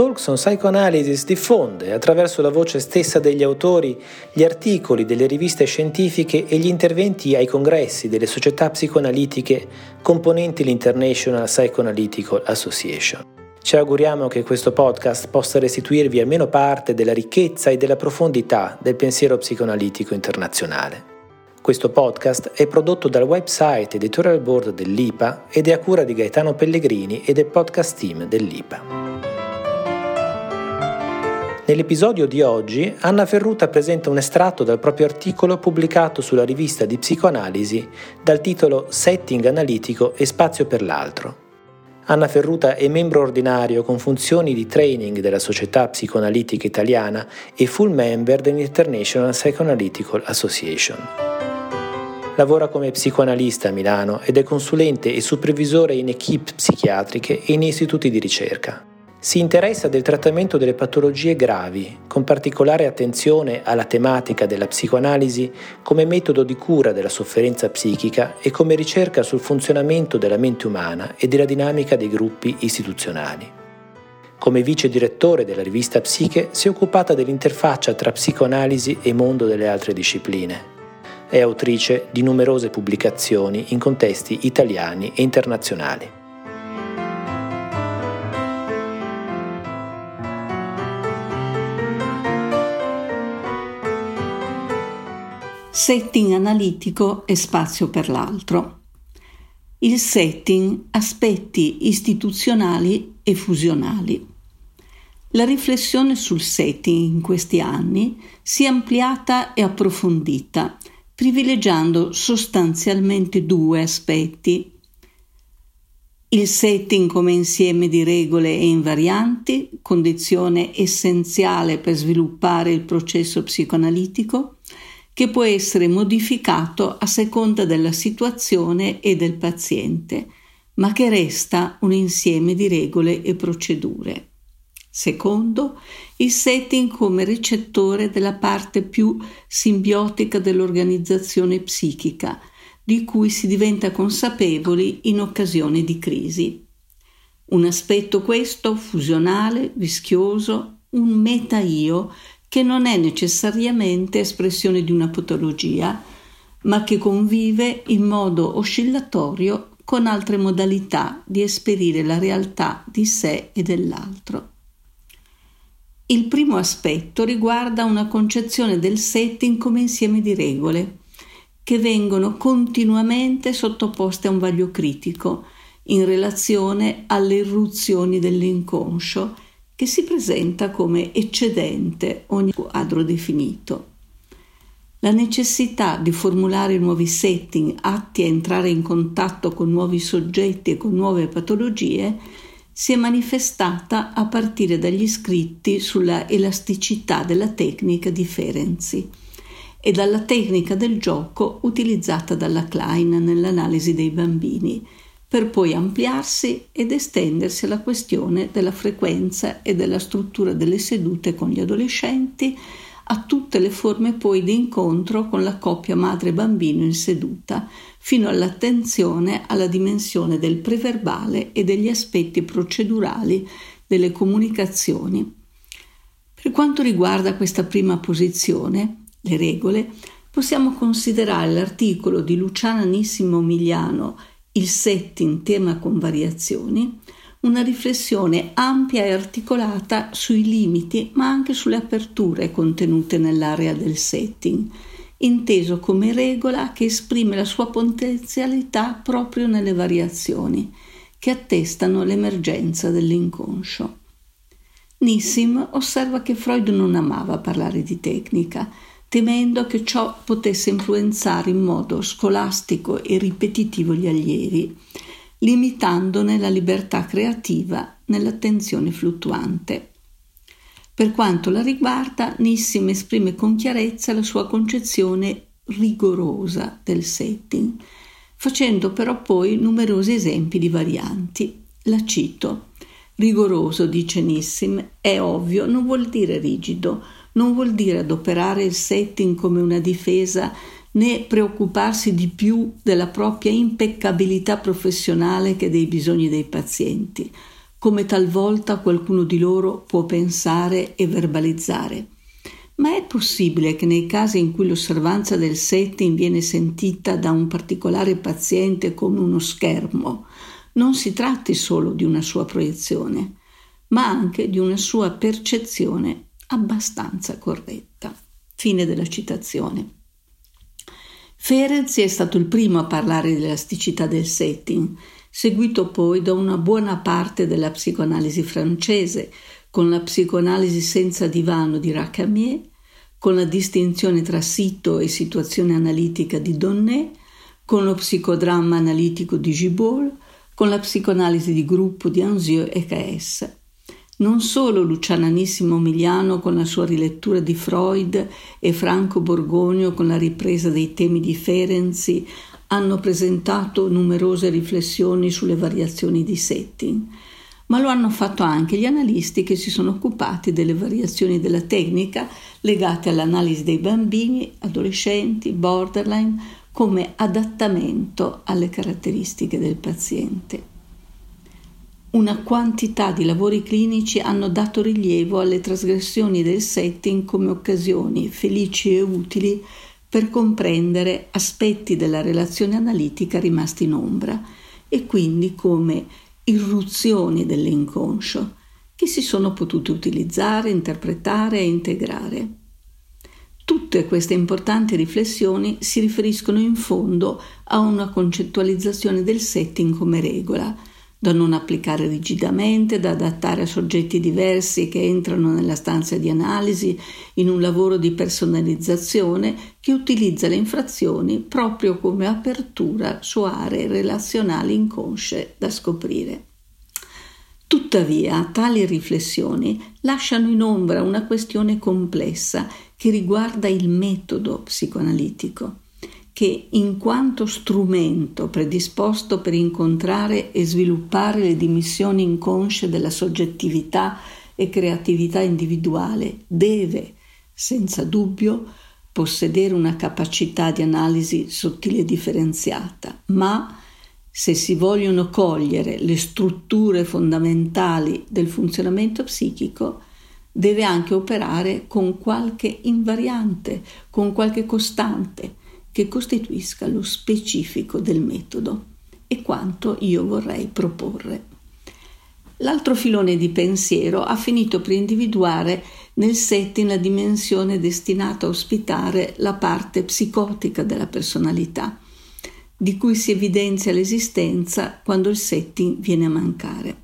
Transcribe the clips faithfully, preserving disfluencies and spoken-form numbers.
Talks on Psychoanalysis diffonde, attraverso la voce stessa degli autori, gli articoli delle riviste scientifiche e gli interventi ai congressi delle società psicoanalitiche componenti l'International Psychoanalytical Association. Ci auguriamo che questo podcast possa restituirvi almeno parte della ricchezza e della profondità del pensiero psicoanalitico internazionale. Questo podcast è prodotto dal website editorial board dell'I P A ed è a cura di Gaetano Pellegrini e del podcast team dell'I P A. Nell'episodio di oggi, Anna Ferruta presenta un estratto dal proprio articolo pubblicato sulla rivista di psicoanalisi dal titolo Setting analitico e spazio per l'altro. Anna Ferruta è membro ordinario con funzioni di training della Società Psicoanalitica Italiana e full member dell'International Psychoanalytical Association. Lavora come psicoanalista a Milano ed è consulente e supervisore in equip psichiatriche e in istituti di ricerca. Si interessa del trattamento delle patologie gravi, con particolare attenzione alla tematica della psicoanalisi come metodo di cura della sofferenza psichica e come ricerca sul funzionamento della mente umana e della dinamica dei gruppi istituzionali. Come vice direttore della rivista Psiche si è occupata dell'interfaccia tra psicoanalisi e mondo delle altre discipline. È autrice di numerose pubblicazioni in contesti italiani e internazionali. Setting analitico e spazio per l'altro. Il setting, aspetti istituzionali e fusionali. La riflessione sul setting in questi anni si è ampliata e approfondita, privilegiando sostanzialmente due aspetti. Il setting come insieme di regole e invarianti, condizione essenziale per sviluppare il processo psicoanalitico, che può essere modificato a seconda della situazione e del paziente, ma che resta un insieme di regole e procedure. Secondo, il setting come ricettore della parte più simbiotica dell'organizzazione psichica, di cui si diventa consapevoli in occasione di crisi. Un aspetto questo fusionale, vischioso, un meta-io, che non è necessariamente espressione di una patologia, ma che convive in modo oscillatorio con altre modalità di esperire la realtà di sé e dell'altro. Il primo aspetto riguarda una concezione del setting come insieme di regole, che vengono continuamente sottoposte a un vaglio critico in relazione alle irruzioni dell'inconscio, che si presenta come eccedente ogni quadro definito. La necessità di formulare nuovi setting atti a entrare in contatto con nuovi soggetti e con nuove patologie si è manifestata a partire dagli scritti sulla elasticità della tecnica di Ferenczi e dalla tecnica del gioco utilizzata dalla Klein nell'analisi dei bambini, per poi ampliarsi ed estendersi alla questione della frequenza e della struttura delle sedute con gli adolescenti, a tutte le forme poi di incontro con la coppia madre-bambino in seduta, fino all'attenzione alla dimensione del preverbale e degli aspetti procedurali delle comunicazioni. Per quanto riguarda questa prima posizione, le regole, possiamo considerare l'articolo di Luciana Nissimo Migliano Il setting tema con variazioni, una riflessione ampia e articolata sui limiti ma anche sulle aperture contenute nell'area del setting, inteso come regola che esprime la sua potenzialità proprio nelle variazioni, che attestano l'emergenza dell'inconscio. Nissim osserva che Freud non amava parlare di tecnica, temendo che ciò potesse influenzare in modo scolastico e ripetitivo gli allievi, limitandone la libertà creativa nell'attenzione fluttuante. Per quanto la riguarda, Nissim esprime con chiarezza la sua concezione rigorosa del setting, facendo però poi numerosi esempi di varianti. La cito. Rigoroso, dice Nissim, è ovvio, non vuol dire rigido, non vuol dire adoperare il setting come una difesa né preoccuparsi di più della propria impeccabilità professionale che dei bisogni dei pazienti. come talvolta qualcuno di loro può pensare e verbalizzare. Ma è possibile che nei casi in cui l'osservanza del setting viene sentita da un particolare paziente come uno schermo, non si tratti solo di una sua proiezione, ma anche di una sua percezione abbastanza corretta. Fine della citazione. Ferenczi è stato il primo a parlare dell'elasticità del setting, seguito poi da una buona parte della psicoanalisi francese, con la psicoanalisi senza divano di Racamier, con la distinzione tra sito e situazione analitica di Donnet, con lo psicodramma analitico di Gibault, con la psicoanalisi di gruppo di Anzieux e Caes. Non solo Luciana Anissimo Miliano con la sua rilettura di Freud e Franco Borgogno con la ripresa dei temi di Ferenczi hanno presentato numerose riflessioni sulle variazioni di setting, ma lo hanno fatto anche gli analisti che si sono occupati delle variazioni della tecnica legate all'analisi dei bambini, adolescenti, borderline, come adattamento alle caratteristiche del paziente. Una quantità di lavori clinici hanno dato rilievo alle trasgressioni del setting come occasioni felici e utili per comprendere aspetti della relazione analitica rimasti in ombra e quindi come irruzioni dell'inconscio che si sono potute utilizzare, interpretare e integrare. Tutte queste importanti riflessioni si riferiscono in fondo a una concettualizzazione del setting come regola, da non applicare rigidamente, da adattare a soggetti diversi che entrano nella stanza di analisi in un lavoro di personalizzazione che utilizza le infrazioni proprio come apertura su aree relazionali inconsce da scoprire. Tuttavia, tali riflessioni lasciano in ombra una questione complessa che riguarda il metodo psicoanalitico, che in quanto strumento predisposto per incontrare e sviluppare le dimensioni inconsce della soggettività e creatività individuale deve, senza dubbio, possedere una capacità di analisi sottile e differenziata, ma se si vogliono cogliere le strutture fondamentali del funzionamento psichico, deve anche operare con qualche invariante, con qualche costante, che costituisca lo specifico del metodo e quanto io vorrei proporre. L'altro filone di pensiero ha finito per individuare nel setting la dimensione destinata a ospitare la parte psicotica della personalità, di cui si evidenzia l'esistenza quando il setting viene a mancare.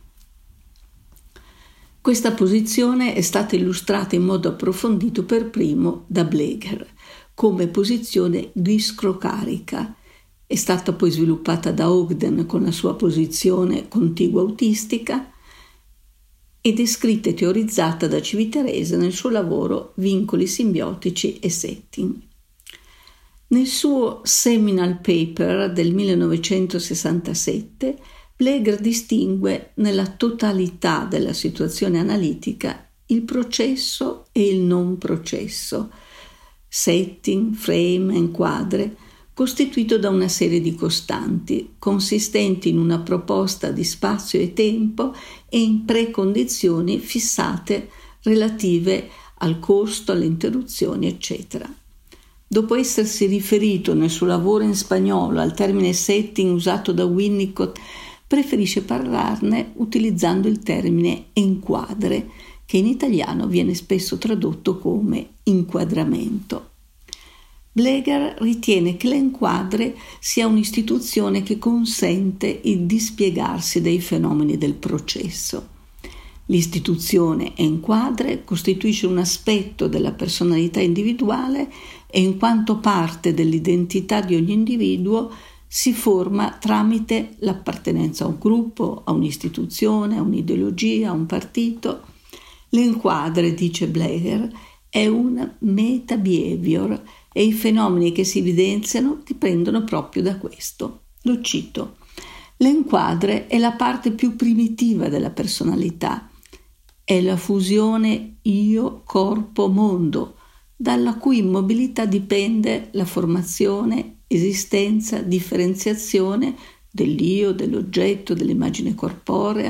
Questa posizione è stata illustrata in modo approfondito per primo da Bleger, come posizione discrocarica. È stata poi sviluppata da Ogden con la sua posizione contigua autistica e descritta e teorizzata da Civiterese nel suo lavoro Vincoli simbiotici e setting. Nel suo seminal paper del millenovecentosessantasette, Bleger distingue nella totalità della situazione analitica il processo e il non processo, setting, frame, inquadre, costituito da una serie di costanti, consistenti in una proposta di spazio e tempo e in precondizioni fissate relative al costo, alle interruzioni, eccetera. Dopo essersi riferito nel suo lavoro in spagnolo al termine setting usato da Winnicott, preferisce parlarne utilizzando il termine inquadre, che in italiano viene spesso tradotto come inquadramento. Bleger ritiene che l'enquadre sia un'istituzione che consente il dispiegarsi dei fenomeni del processo. L'istituzione enquadre costituisce un aspetto della personalità individuale e in quanto parte dell'identità di ogni individuo si forma tramite l'appartenenza a un gruppo, a un'istituzione, a un'ideologia, a un partito. L'enquadre, dice Bleger, è un meta-behavior e i fenomeni che si evidenziano dipendono proprio da questo. Lo cito. L'enquadre è la parte più primitiva della personalità, è la fusione io-corpo-mondo, dalla cui immobilità dipende la formazione, esistenza, differenziazione dell'io, dell'oggetto, dell'immagine corporea,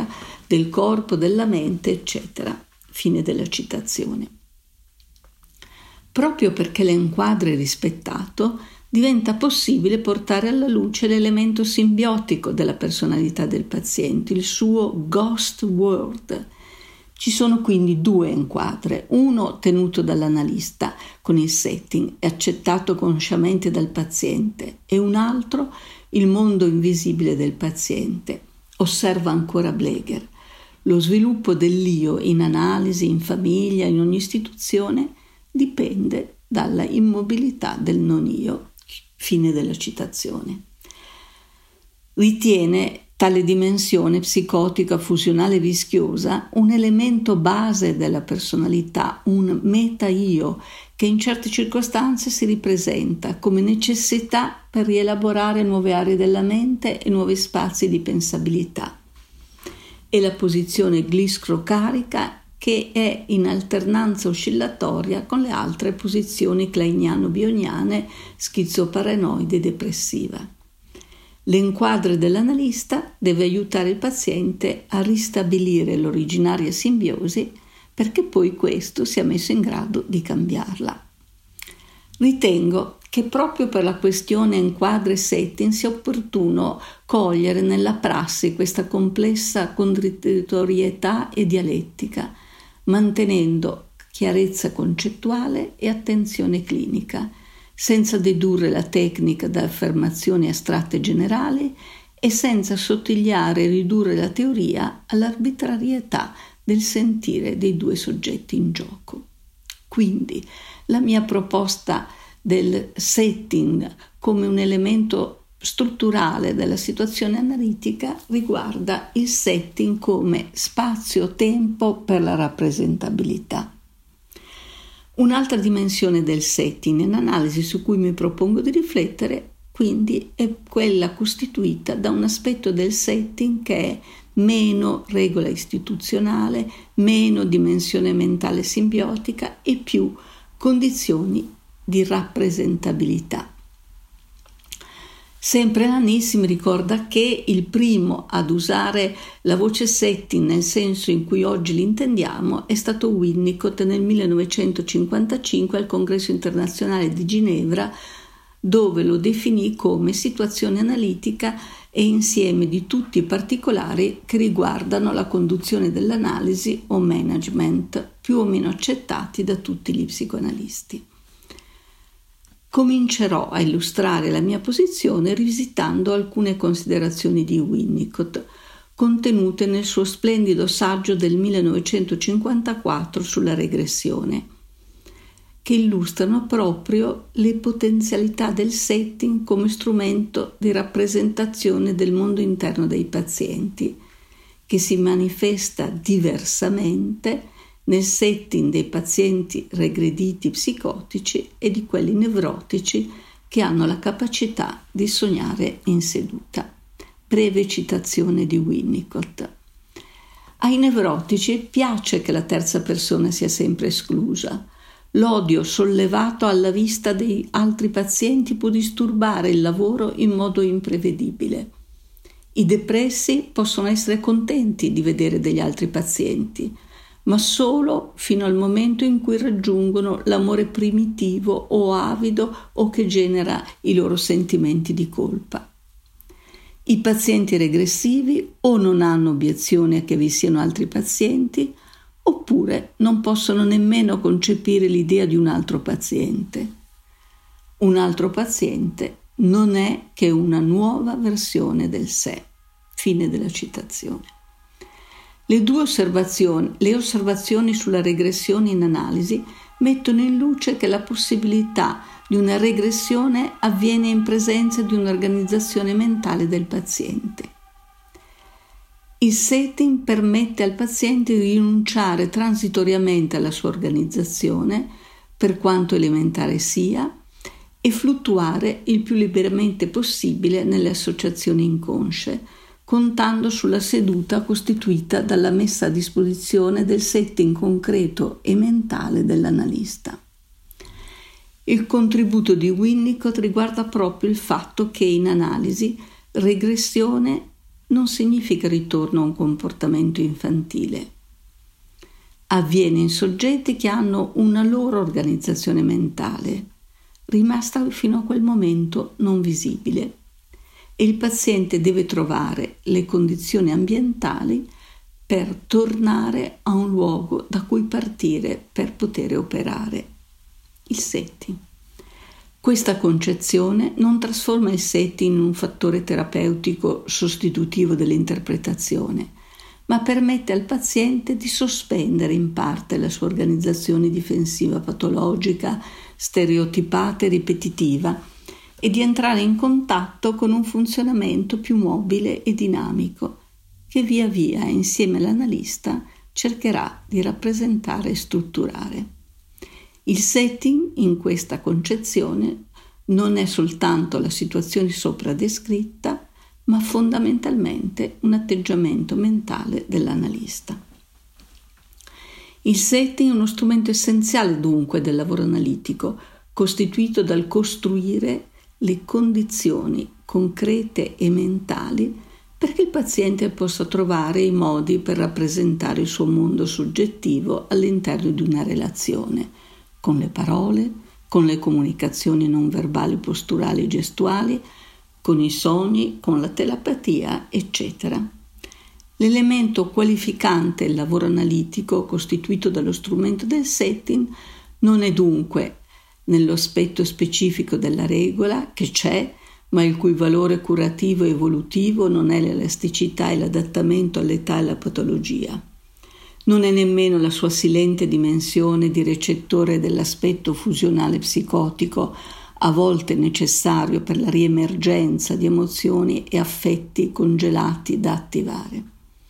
del corpo, della mente, eccetera. Fine della citazione. Proprio perché l'enquadro è rispettato, diventa possibile portare alla luce l'elemento simbiotico della personalità del paziente, il suo ghost world. Ci sono quindi due enquadre, uno tenuto dall'analista con il setting e accettato consciamente dal paziente, e un altro il mondo invisibile del paziente. Osserva ancora Bleger. Lo sviluppo dell'io in analisi, in famiglia, in ogni istituzione dipende dalla immobilità del non io. Fine della citazione. Ritiene tale dimensione psicotica fusionale rischiosa un elemento base della personalità, un meta-io che in certe circostanze si ripresenta come necessità per rielaborare nuove aree della mente e nuovi spazi di pensabilità. È la posizione gliscrocarica che è in alternanza oscillatoria con le altre posizioni kleiniano-bioniane, schizoparanoide e depressiva. L'enquadro dell'analista deve aiutare il paziente a ristabilire l'originaria simbiosi perché poi questo sia messo in grado di cambiarla. Ritengo che proprio per la questione enquadro e setting sia opportuno cogliere nella prassi questa complessa contraddittorietà e dialettica, mantenendo chiarezza concettuale e attenzione clinica, senza dedurre la tecnica da affermazioni astratte generali e senza sottigliare e ridurre la teoria all'arbitrarietà del sentire dei due soggetti in gioco. Quindi la mia proposta del setting come un elemento strutturale della situazione analitica riguarda il setting come spazio-tempo per la rappresentabilità. Un'altra dimensione del setting in analisi su cui mi propongo di riflettere quindi è quella costituita da un aspetto del setting che è meno regola istituzionale, meno dimensione mentale simbiotica e più condizioni di rappresentabilità. Sempre Nanis mi ricorda che il primo ad usare la voce setting nel senso in cui oggi l'intendiamo è stato Winnicott nel millenovecentocinquantacinque al Congresso internazionale di Ginevra, dove lo definì come situazione analitica e insieme di tutti i particolari che riguardano la conduzione dell'analisi o management, più o meno accettati da tutti gli psicoanalisti. Comincerò a illustrare la mia posizione rivisitando alcune considerazioni di Winnicott, contenute nel suo splendido saggio del millenovecentocinquantaquattro sulla regressione, che illustrano proprio le potenzialità del setting come strumento di rappresentazione del mondo interno dei pazienti, che si manifesta diversamente nel setting dei pazienti regrediti psicotici e di quelli nevrotici che hanno la capacità di sognare in seduta. Breve citazione di Winnicott. Ai nevrotici piace che la terza persona sia sempre esclusa. L'odio sollevato alla vista dei altri pazienti può disturbare il lavoro in modo imprevedibile. I depressi possono essere contenti di vedere degli altri pazienti, ma solo fino al momento in cui raggiungono l'amore primitivo o avido o che genera i loro sentimenti di colpa. I pazienti regressivi o non hanno obiezione a che vi siano altri pazienti, oppure non possono nemmeno concepire l'idea di un altro paziente. Un altro paziente non è che una nuova versione del sé. Fine della citazione. Le due osservazioni, le osservazioni sulla regressione in analisi mettono in luce che la possibilità di una regressione avviene in presenza di un'organizzazione mentale del paziente. Il setting permette al paziente di rinunciare transitoriamente alla sua organizzazione, per quanto elementare sia, e fluttuare il più liberamente possibile nelle associazioni inconsce, contando sulla seduta costituita dalla messa a disposizione del setting concreto e mentale dell'analista. Il contributo di Winnicott riguarda proprio il fatto che in analisi regressione non significa ritorno a un comportamento infantile. Avviene in soggetti che hanno una loro organizzazione mentale, rimasta fino a quel momento non visibile, e il paziente deve trovare le condizioni ambientali per tornare a un luogo da cui partire per poter operare. Il setting. Questa concezione non trasforma il setting in un fattore terapeutico sostitutivo dell'interpretazione, ma permette al paziente di sospendere in parte la sua organizzazione difensiva patologica, stereotipata e ripetitiva, e di entrare in contatto con un funzionamento più mobile e dinamico, che via via, insieme all'analista, cercherà di rappresentare e strutturare. Il setting, in questa concezione, non è soltanto la situazione sopra descritta, ma fondamentalmente un atteggiamento mentale dell'analista. Il setting è uno strumento essenziale dunque del lavoro analitico, costituito dal costruire le condizioni concrete e mentali perché il paziente possa trovare i modi per rappresentare il suo mondo soggettivo all'interno di una relazione, con le parole, con le comunicazioni non verbali, posturali e gestuali, con i sogni, con la telepatia, eccetera. L'elemento qualificante del lavoro analitico costituito dallo strumento del setting non è dunque nello aspetto specifico della regola, che c'è, ma il cui valore curativo e evolutivo non è l'elasticità e l'adattamento all'età e alla patologia. Non è nemmeno la sua silente dimensione di recettore dell'aspetto fusionale psicotico, a volte necessario per la riemergenza di emozioni e affetti congelati da attivare.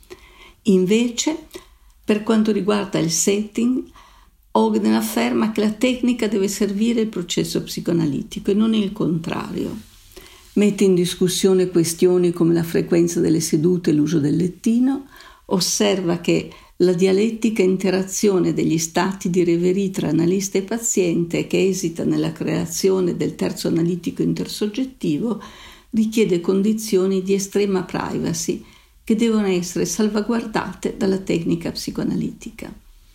Invece, per quanto riguarda il setting, Ogden afferma che la tecnica deve servire il processo psicoanalitico e non il contrario. Mette in discussione questioni come la frequenza delle sedute e l'uso del lettino, osserva che la dialettica interazione degli stati di reverie tra analista e paziente, che esita nella creazione del terzo analitico intersoggettivo, richiede condizioni di estrema privacy che devono essere salvaguardate dalla tecnica psicoanalitica.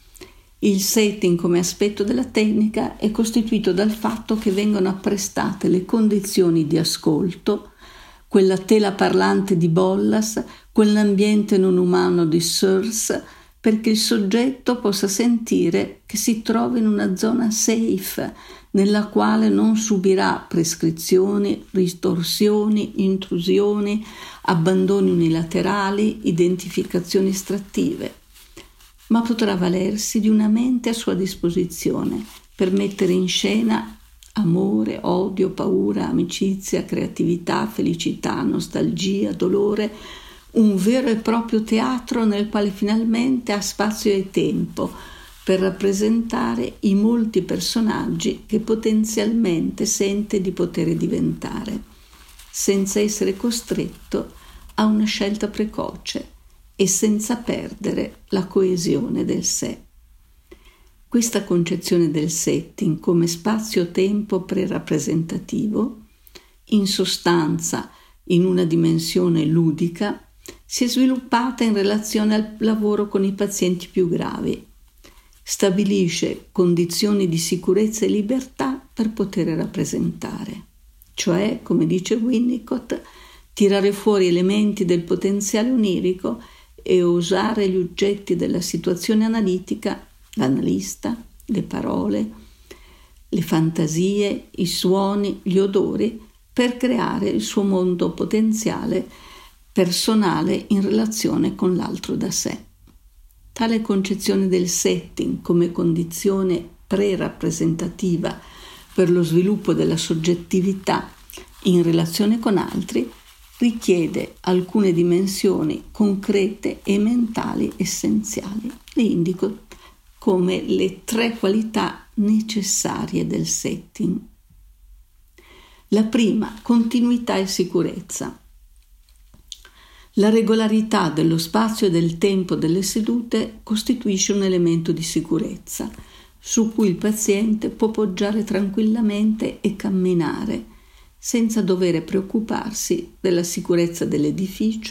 Il setting come aspetto della tecnica è costituito dal fatto che vengono apprestate le condizioni di ascolto, quella tela parlante di Bollas, quell'ambiente non umano di Searles, perché il soggetto possa sentire che si trova in una zona safe, nella quale non subirà prescrizioni, ristorsioni, intrusioni, abbandoni unilaterali, identificazioni estrattive, ma potrà valersi di una mente a sua disposizione per mettere in scena amore, odio, paura, amicizia, creatività, felicità, nostalgia, dolore, un vero e proprio teatro nel quale finalmente ha spazio e tempo per rappresentare i molti personaggi che potenzialmente sente di poter diventare, senza essere costretto a una scelta precoce e senza perdere la coesione del sé. Questa concezione del setting come spazio-tempo pre-rappresentativo, in sostanza in una dimensione ludica, si è sviluppata in relazione al lavoro con i pazienti più gravi. Stabilisce condizioni di sicurezza e libertà per poter rappresentare, cioè, come dice Winnicott, tirare fuori elementi del potenziale onirico e usare gli oggetti della situazione analitica, l'analista, le parole, le fantasie, i suoni, gli odori, per creare il suo mondo potenziale personale in relazione con l'altro da sé. Tale concezione del setting come condizione pre-rappresentativa per lo sviluppo della soggettività in relazione con altri richiede alcune dimensioni concrete e mentali essenziali. Le indico come le tre qualità necessarie del setting. La prima, continuità e sicurezza. La regolarità dello spazio e del tempo delle sedute costituisce un elemento di sicurezza su cui il paziente può poggiare tranquillamente e camminare senza dover preoccuparsi della sicurezza dell'edificio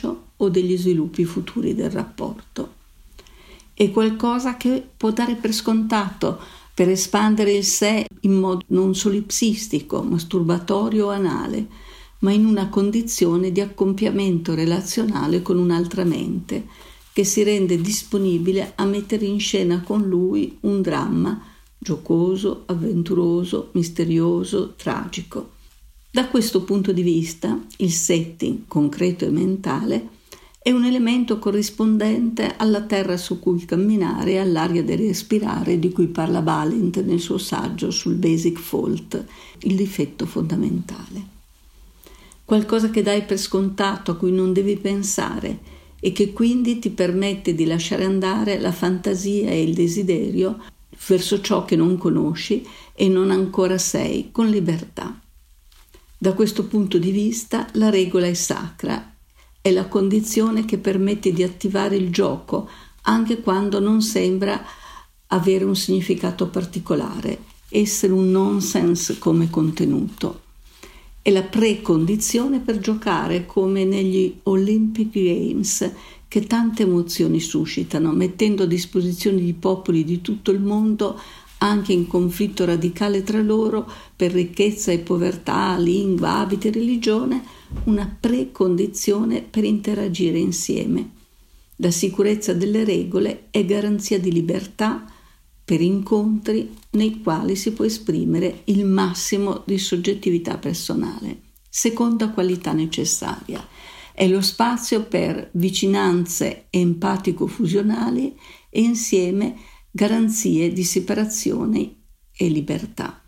o degli sviluppi futuri del rapporto. È qualcosa che può dare per scontato per espandere il sé in modo non solipsistico, masturbatorio o anale, ma in una condizione di accoppiamento relazionale con un'altra mente che si rende disponibile a mettere in scena con lui un dramma giocoso, avventuroso, misterioso, tragico. Da questo punto di vista, il setting concreto e mentale è un elemento corrispondente alla terra su cui camminare e all'aria da respirare di cui parla Balint nel suo saggio sul basic fault, il difetto fondamentale. Qualcosa che dai per scontato, a cui non devi pensare e che quindi ti permette di lasciare andare la fantasia e il desiderio verso ciò che non conosci e non ancora sei, con libertà. Da questo punto di vista la regola è sacra, è la condizione che permette di attivare il gioco anche quando non sembra avere un significato particolare, essere un nonsense come contenuto. È la precondizione per giocare come negli Olympic Games, che tante emozioni suscitano, mettendo a disposizione di popoli di tutto il mondo, anche in conflitto radicale tra loro per ricchezza e povertà, lingua, abiti e religione, una precondizione per interagire insieme. La sicurezza delle regole è garanzia di libertà per incontri nei quali si può esprimere il massimo di soggettività personale. Seconda qualità necessaria è lo spazio per vicinanze empatico-fusionali e insieme garanzie di separazione e libertà.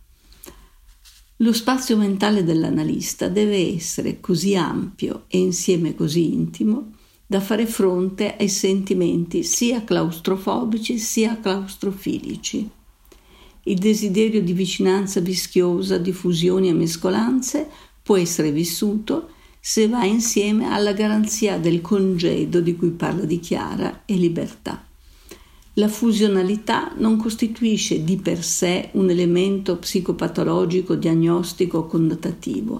Lo spazio mentale dell'analista deve essere così ampio e insieme così intimo da fare fronte ai sentimenti sia claustrofobici sia claustrofilici. Il desiderio di vicinanza vischiosa, di fusioni e mescolanze può essere vissuto se va insieme alla garanzia del congedo di cui parla Di Chiara e libertà. La fusionalità non costituisce di per sé un elemento psicopatologico, diagnostico o connotativo,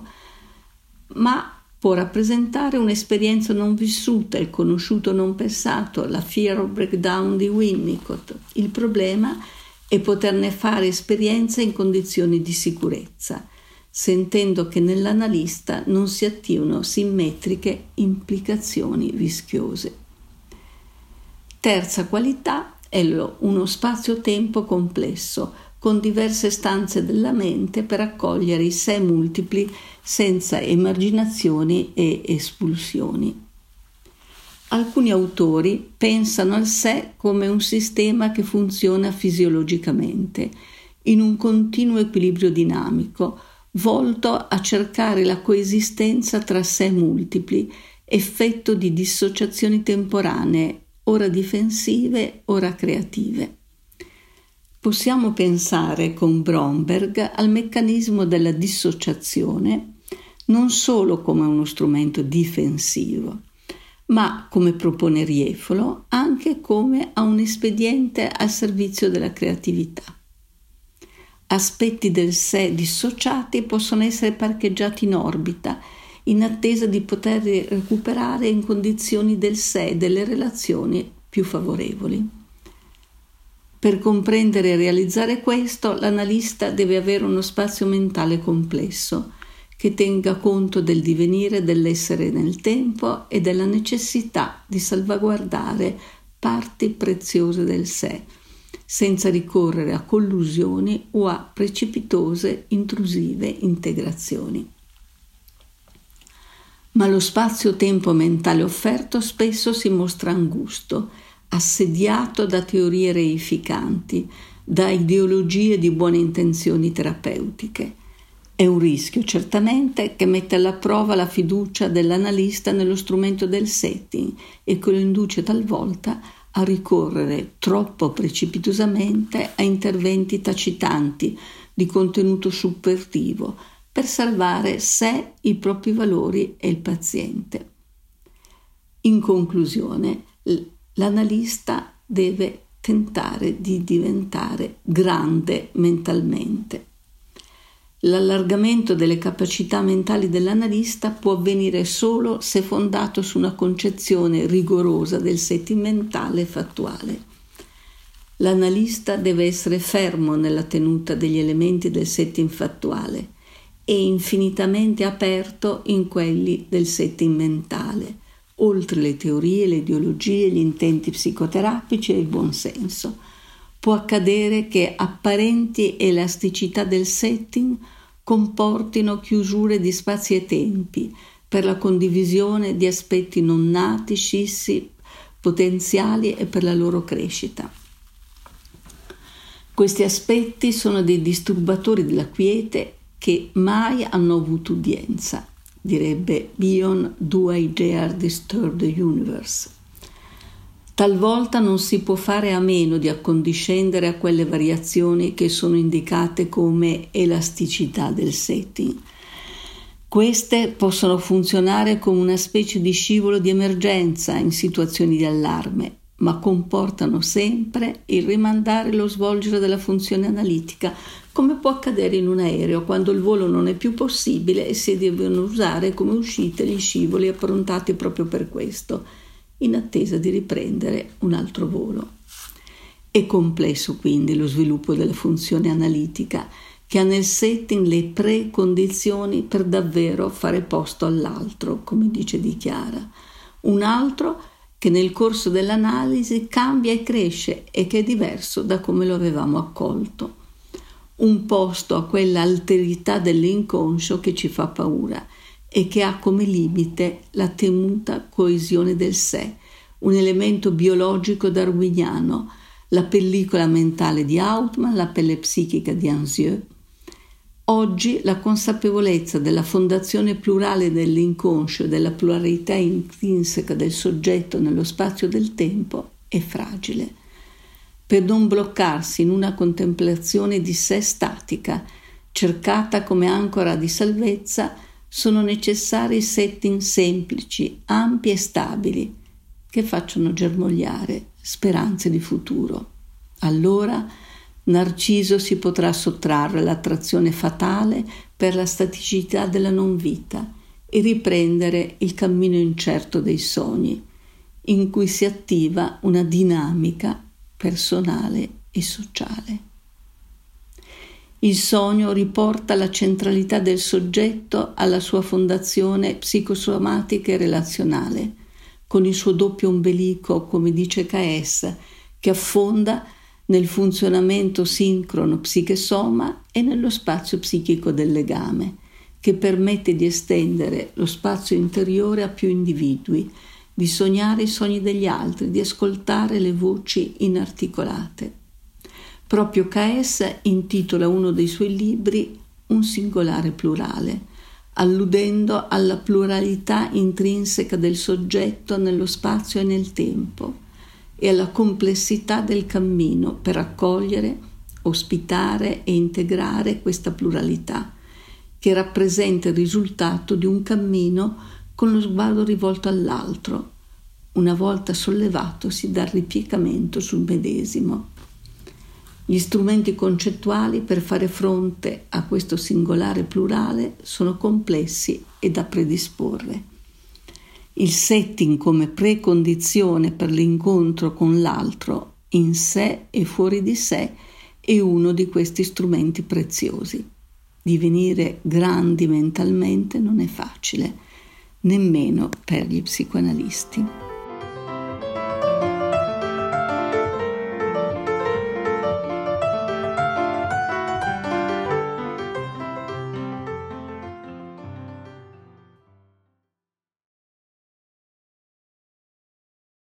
ma può rappresentare un'esperienza non vissuta, il conosciuto non pensato, la fear of breakdown di Winnicott. Il problema è poterne fare esperienza in condizioni di sicurezza, sentendo che nell'analista non si attivano simmetriche implicazioni vischiose. Terza qualità è lo, uno spazio-tempo complesso, con diverse stanze della mente per accogliere i sé multipli senza emarginazioni e espulsioni. Alcuni autori pensano al sé come un sistema che funziona fisiologicamente, in un continuo equilibrio dinamico, volto a cercare la coesistenza tra sé multipli, effetto di dissociazioni temporanee, ora difensive, ora creative. Possiamo pensare con Bromberg al meccanismo della dissociazione non solo come uno strumento difensivo, ma, come propone Riefolo, anche come a un espediente al servizio della creatività. Aspetti del sé dissociati possono essere parcheggiati in orbita, in attesa di poterli recuperare in condizioni del sé e delle relazioni più favorevoli. Per comprendere e realizzare questo, l'analista deve avere uno spazio mentale complesso, che tenga conto del divenire dell'essere nel tempo e della necessità di salvaguardare parti preziose del sé, senza ricorrere a collusioni o a precipitose, intrusive integrazioni. Ma lo spazio-tempo mentale offerto spesso si mostra angusto, assediato da teorie reificanti, da ideologie di buone intenzioni terapeutiche. È un rischio, certamente, che mette alla prova la fiducia dell'analista nello strumento del setting e che lo induce talvolta a ricorrere troppo precipitosamente a interventi tacitanti di contenuto suppertivo per salvare sé, i propri valori e il paziente. In conclusione, l'analista deve tentare di diventare grande mentalmente. L'allargamento delle capacità mentali dell'analista può avvenire solo se fondato su una concezione rigorosa del setting mentale e fattuale. L'analista deve essere fermo nella tenuta degli elementi del setting fattuale e infinitamente aperto in quelli del setting mentale, oltre le teorie, le ideologie, gli intenti psicoterapici e il buonsenso. Può accadere che apparenti elasticità del setting comportino chiusure di spazi e tempi per la condivisione di aspetti non nati, scissi, potenziali e per la loro crescita. Questi aspetti sono dei disturbatori della quiete che mai hanno avuto udienza, direbbe Bion, Do I Dare Disturb the Universe. Talvolta non si può fare a meno di accondiscendere a quelle variazioni che sono indicate come elasticità del setting. Queste possono funzionare come una specie di scivolo di emergenza in situazioni di allarme, ma comportano sempre il rimandare lo svolgere della funzione analitica, come può accadere in un aereo quando il volo non è più possibile e si devono usare come uscite gli scivoli approntati proprio per questo, in attesa di riprendere un altro volo. È complesso quindi lo sviluppo della funzione analitica, che ha nel setting le precondizioni per davvero fare posto all'altro, come dice Di Chiara. Un altro che nel corso dell'analisi cambia e cresce e che è diverso da come lo avevamo accolto. Un posto a quella alterità dell'inconscio che ci fa paura e che ha come limite la temuta coesione del sé, un elemento biologico darwiniano, la pellicola mentale di Hauptmann, la pelle psichica di Anzieux. Oggi la consapevolezza della fondazione plurale dell'inconscio e della pluralità intrinseca del soggetto nello spazio del tempo è fragile. Per non bloccarsi in una contemplazione di sé statica, cercata come ancora di salvezza, sono necessari setting semplici, ampi e stabili, che facciano germogliare speranze di futuro. Allora Narciso si potrà sottrarre all'attrazione fatale per la staticità della non vita e riprendere il cammino incerto dei sogni, in cui si attiva una dinamica personale e sociale. Il sogno riporta la centralità del soggetto alla sua fondazione psicosomatica e relazionale, con il suo doppio ombelico, come dice K S, che affonda nel funzionamento sincrono psiche-soma e nello spazio psichico del legame, che permette di estendere lo spazio interiore a più individui, di sognare i sogni degli altri, di ascoltare le voci inarticolate. Proprio K S intitola uno dei suoi libri Un singolare plurale, alludendo alla pluralità intrinseca del soggetto nello spazio e nel tempo e alla complessità del cammino per accogliere, ospitare e integrare questa pluralità, che rappresenta il risultato di un cammino con lo sguardo rivolto all'altro, una volta sollevatosi dal ripiegamento sul medesimo. Gli strumenti concettuali per fare fronte a questo singolare plurale sono complessi e da predisporre. Il setting come precondizione per l'incontro con l'altro in sé e fuori di sé è uno di questi strumenti preziosi. Divenire grandi mentalmente non è facile, nemmeno per gli psicoanalisti.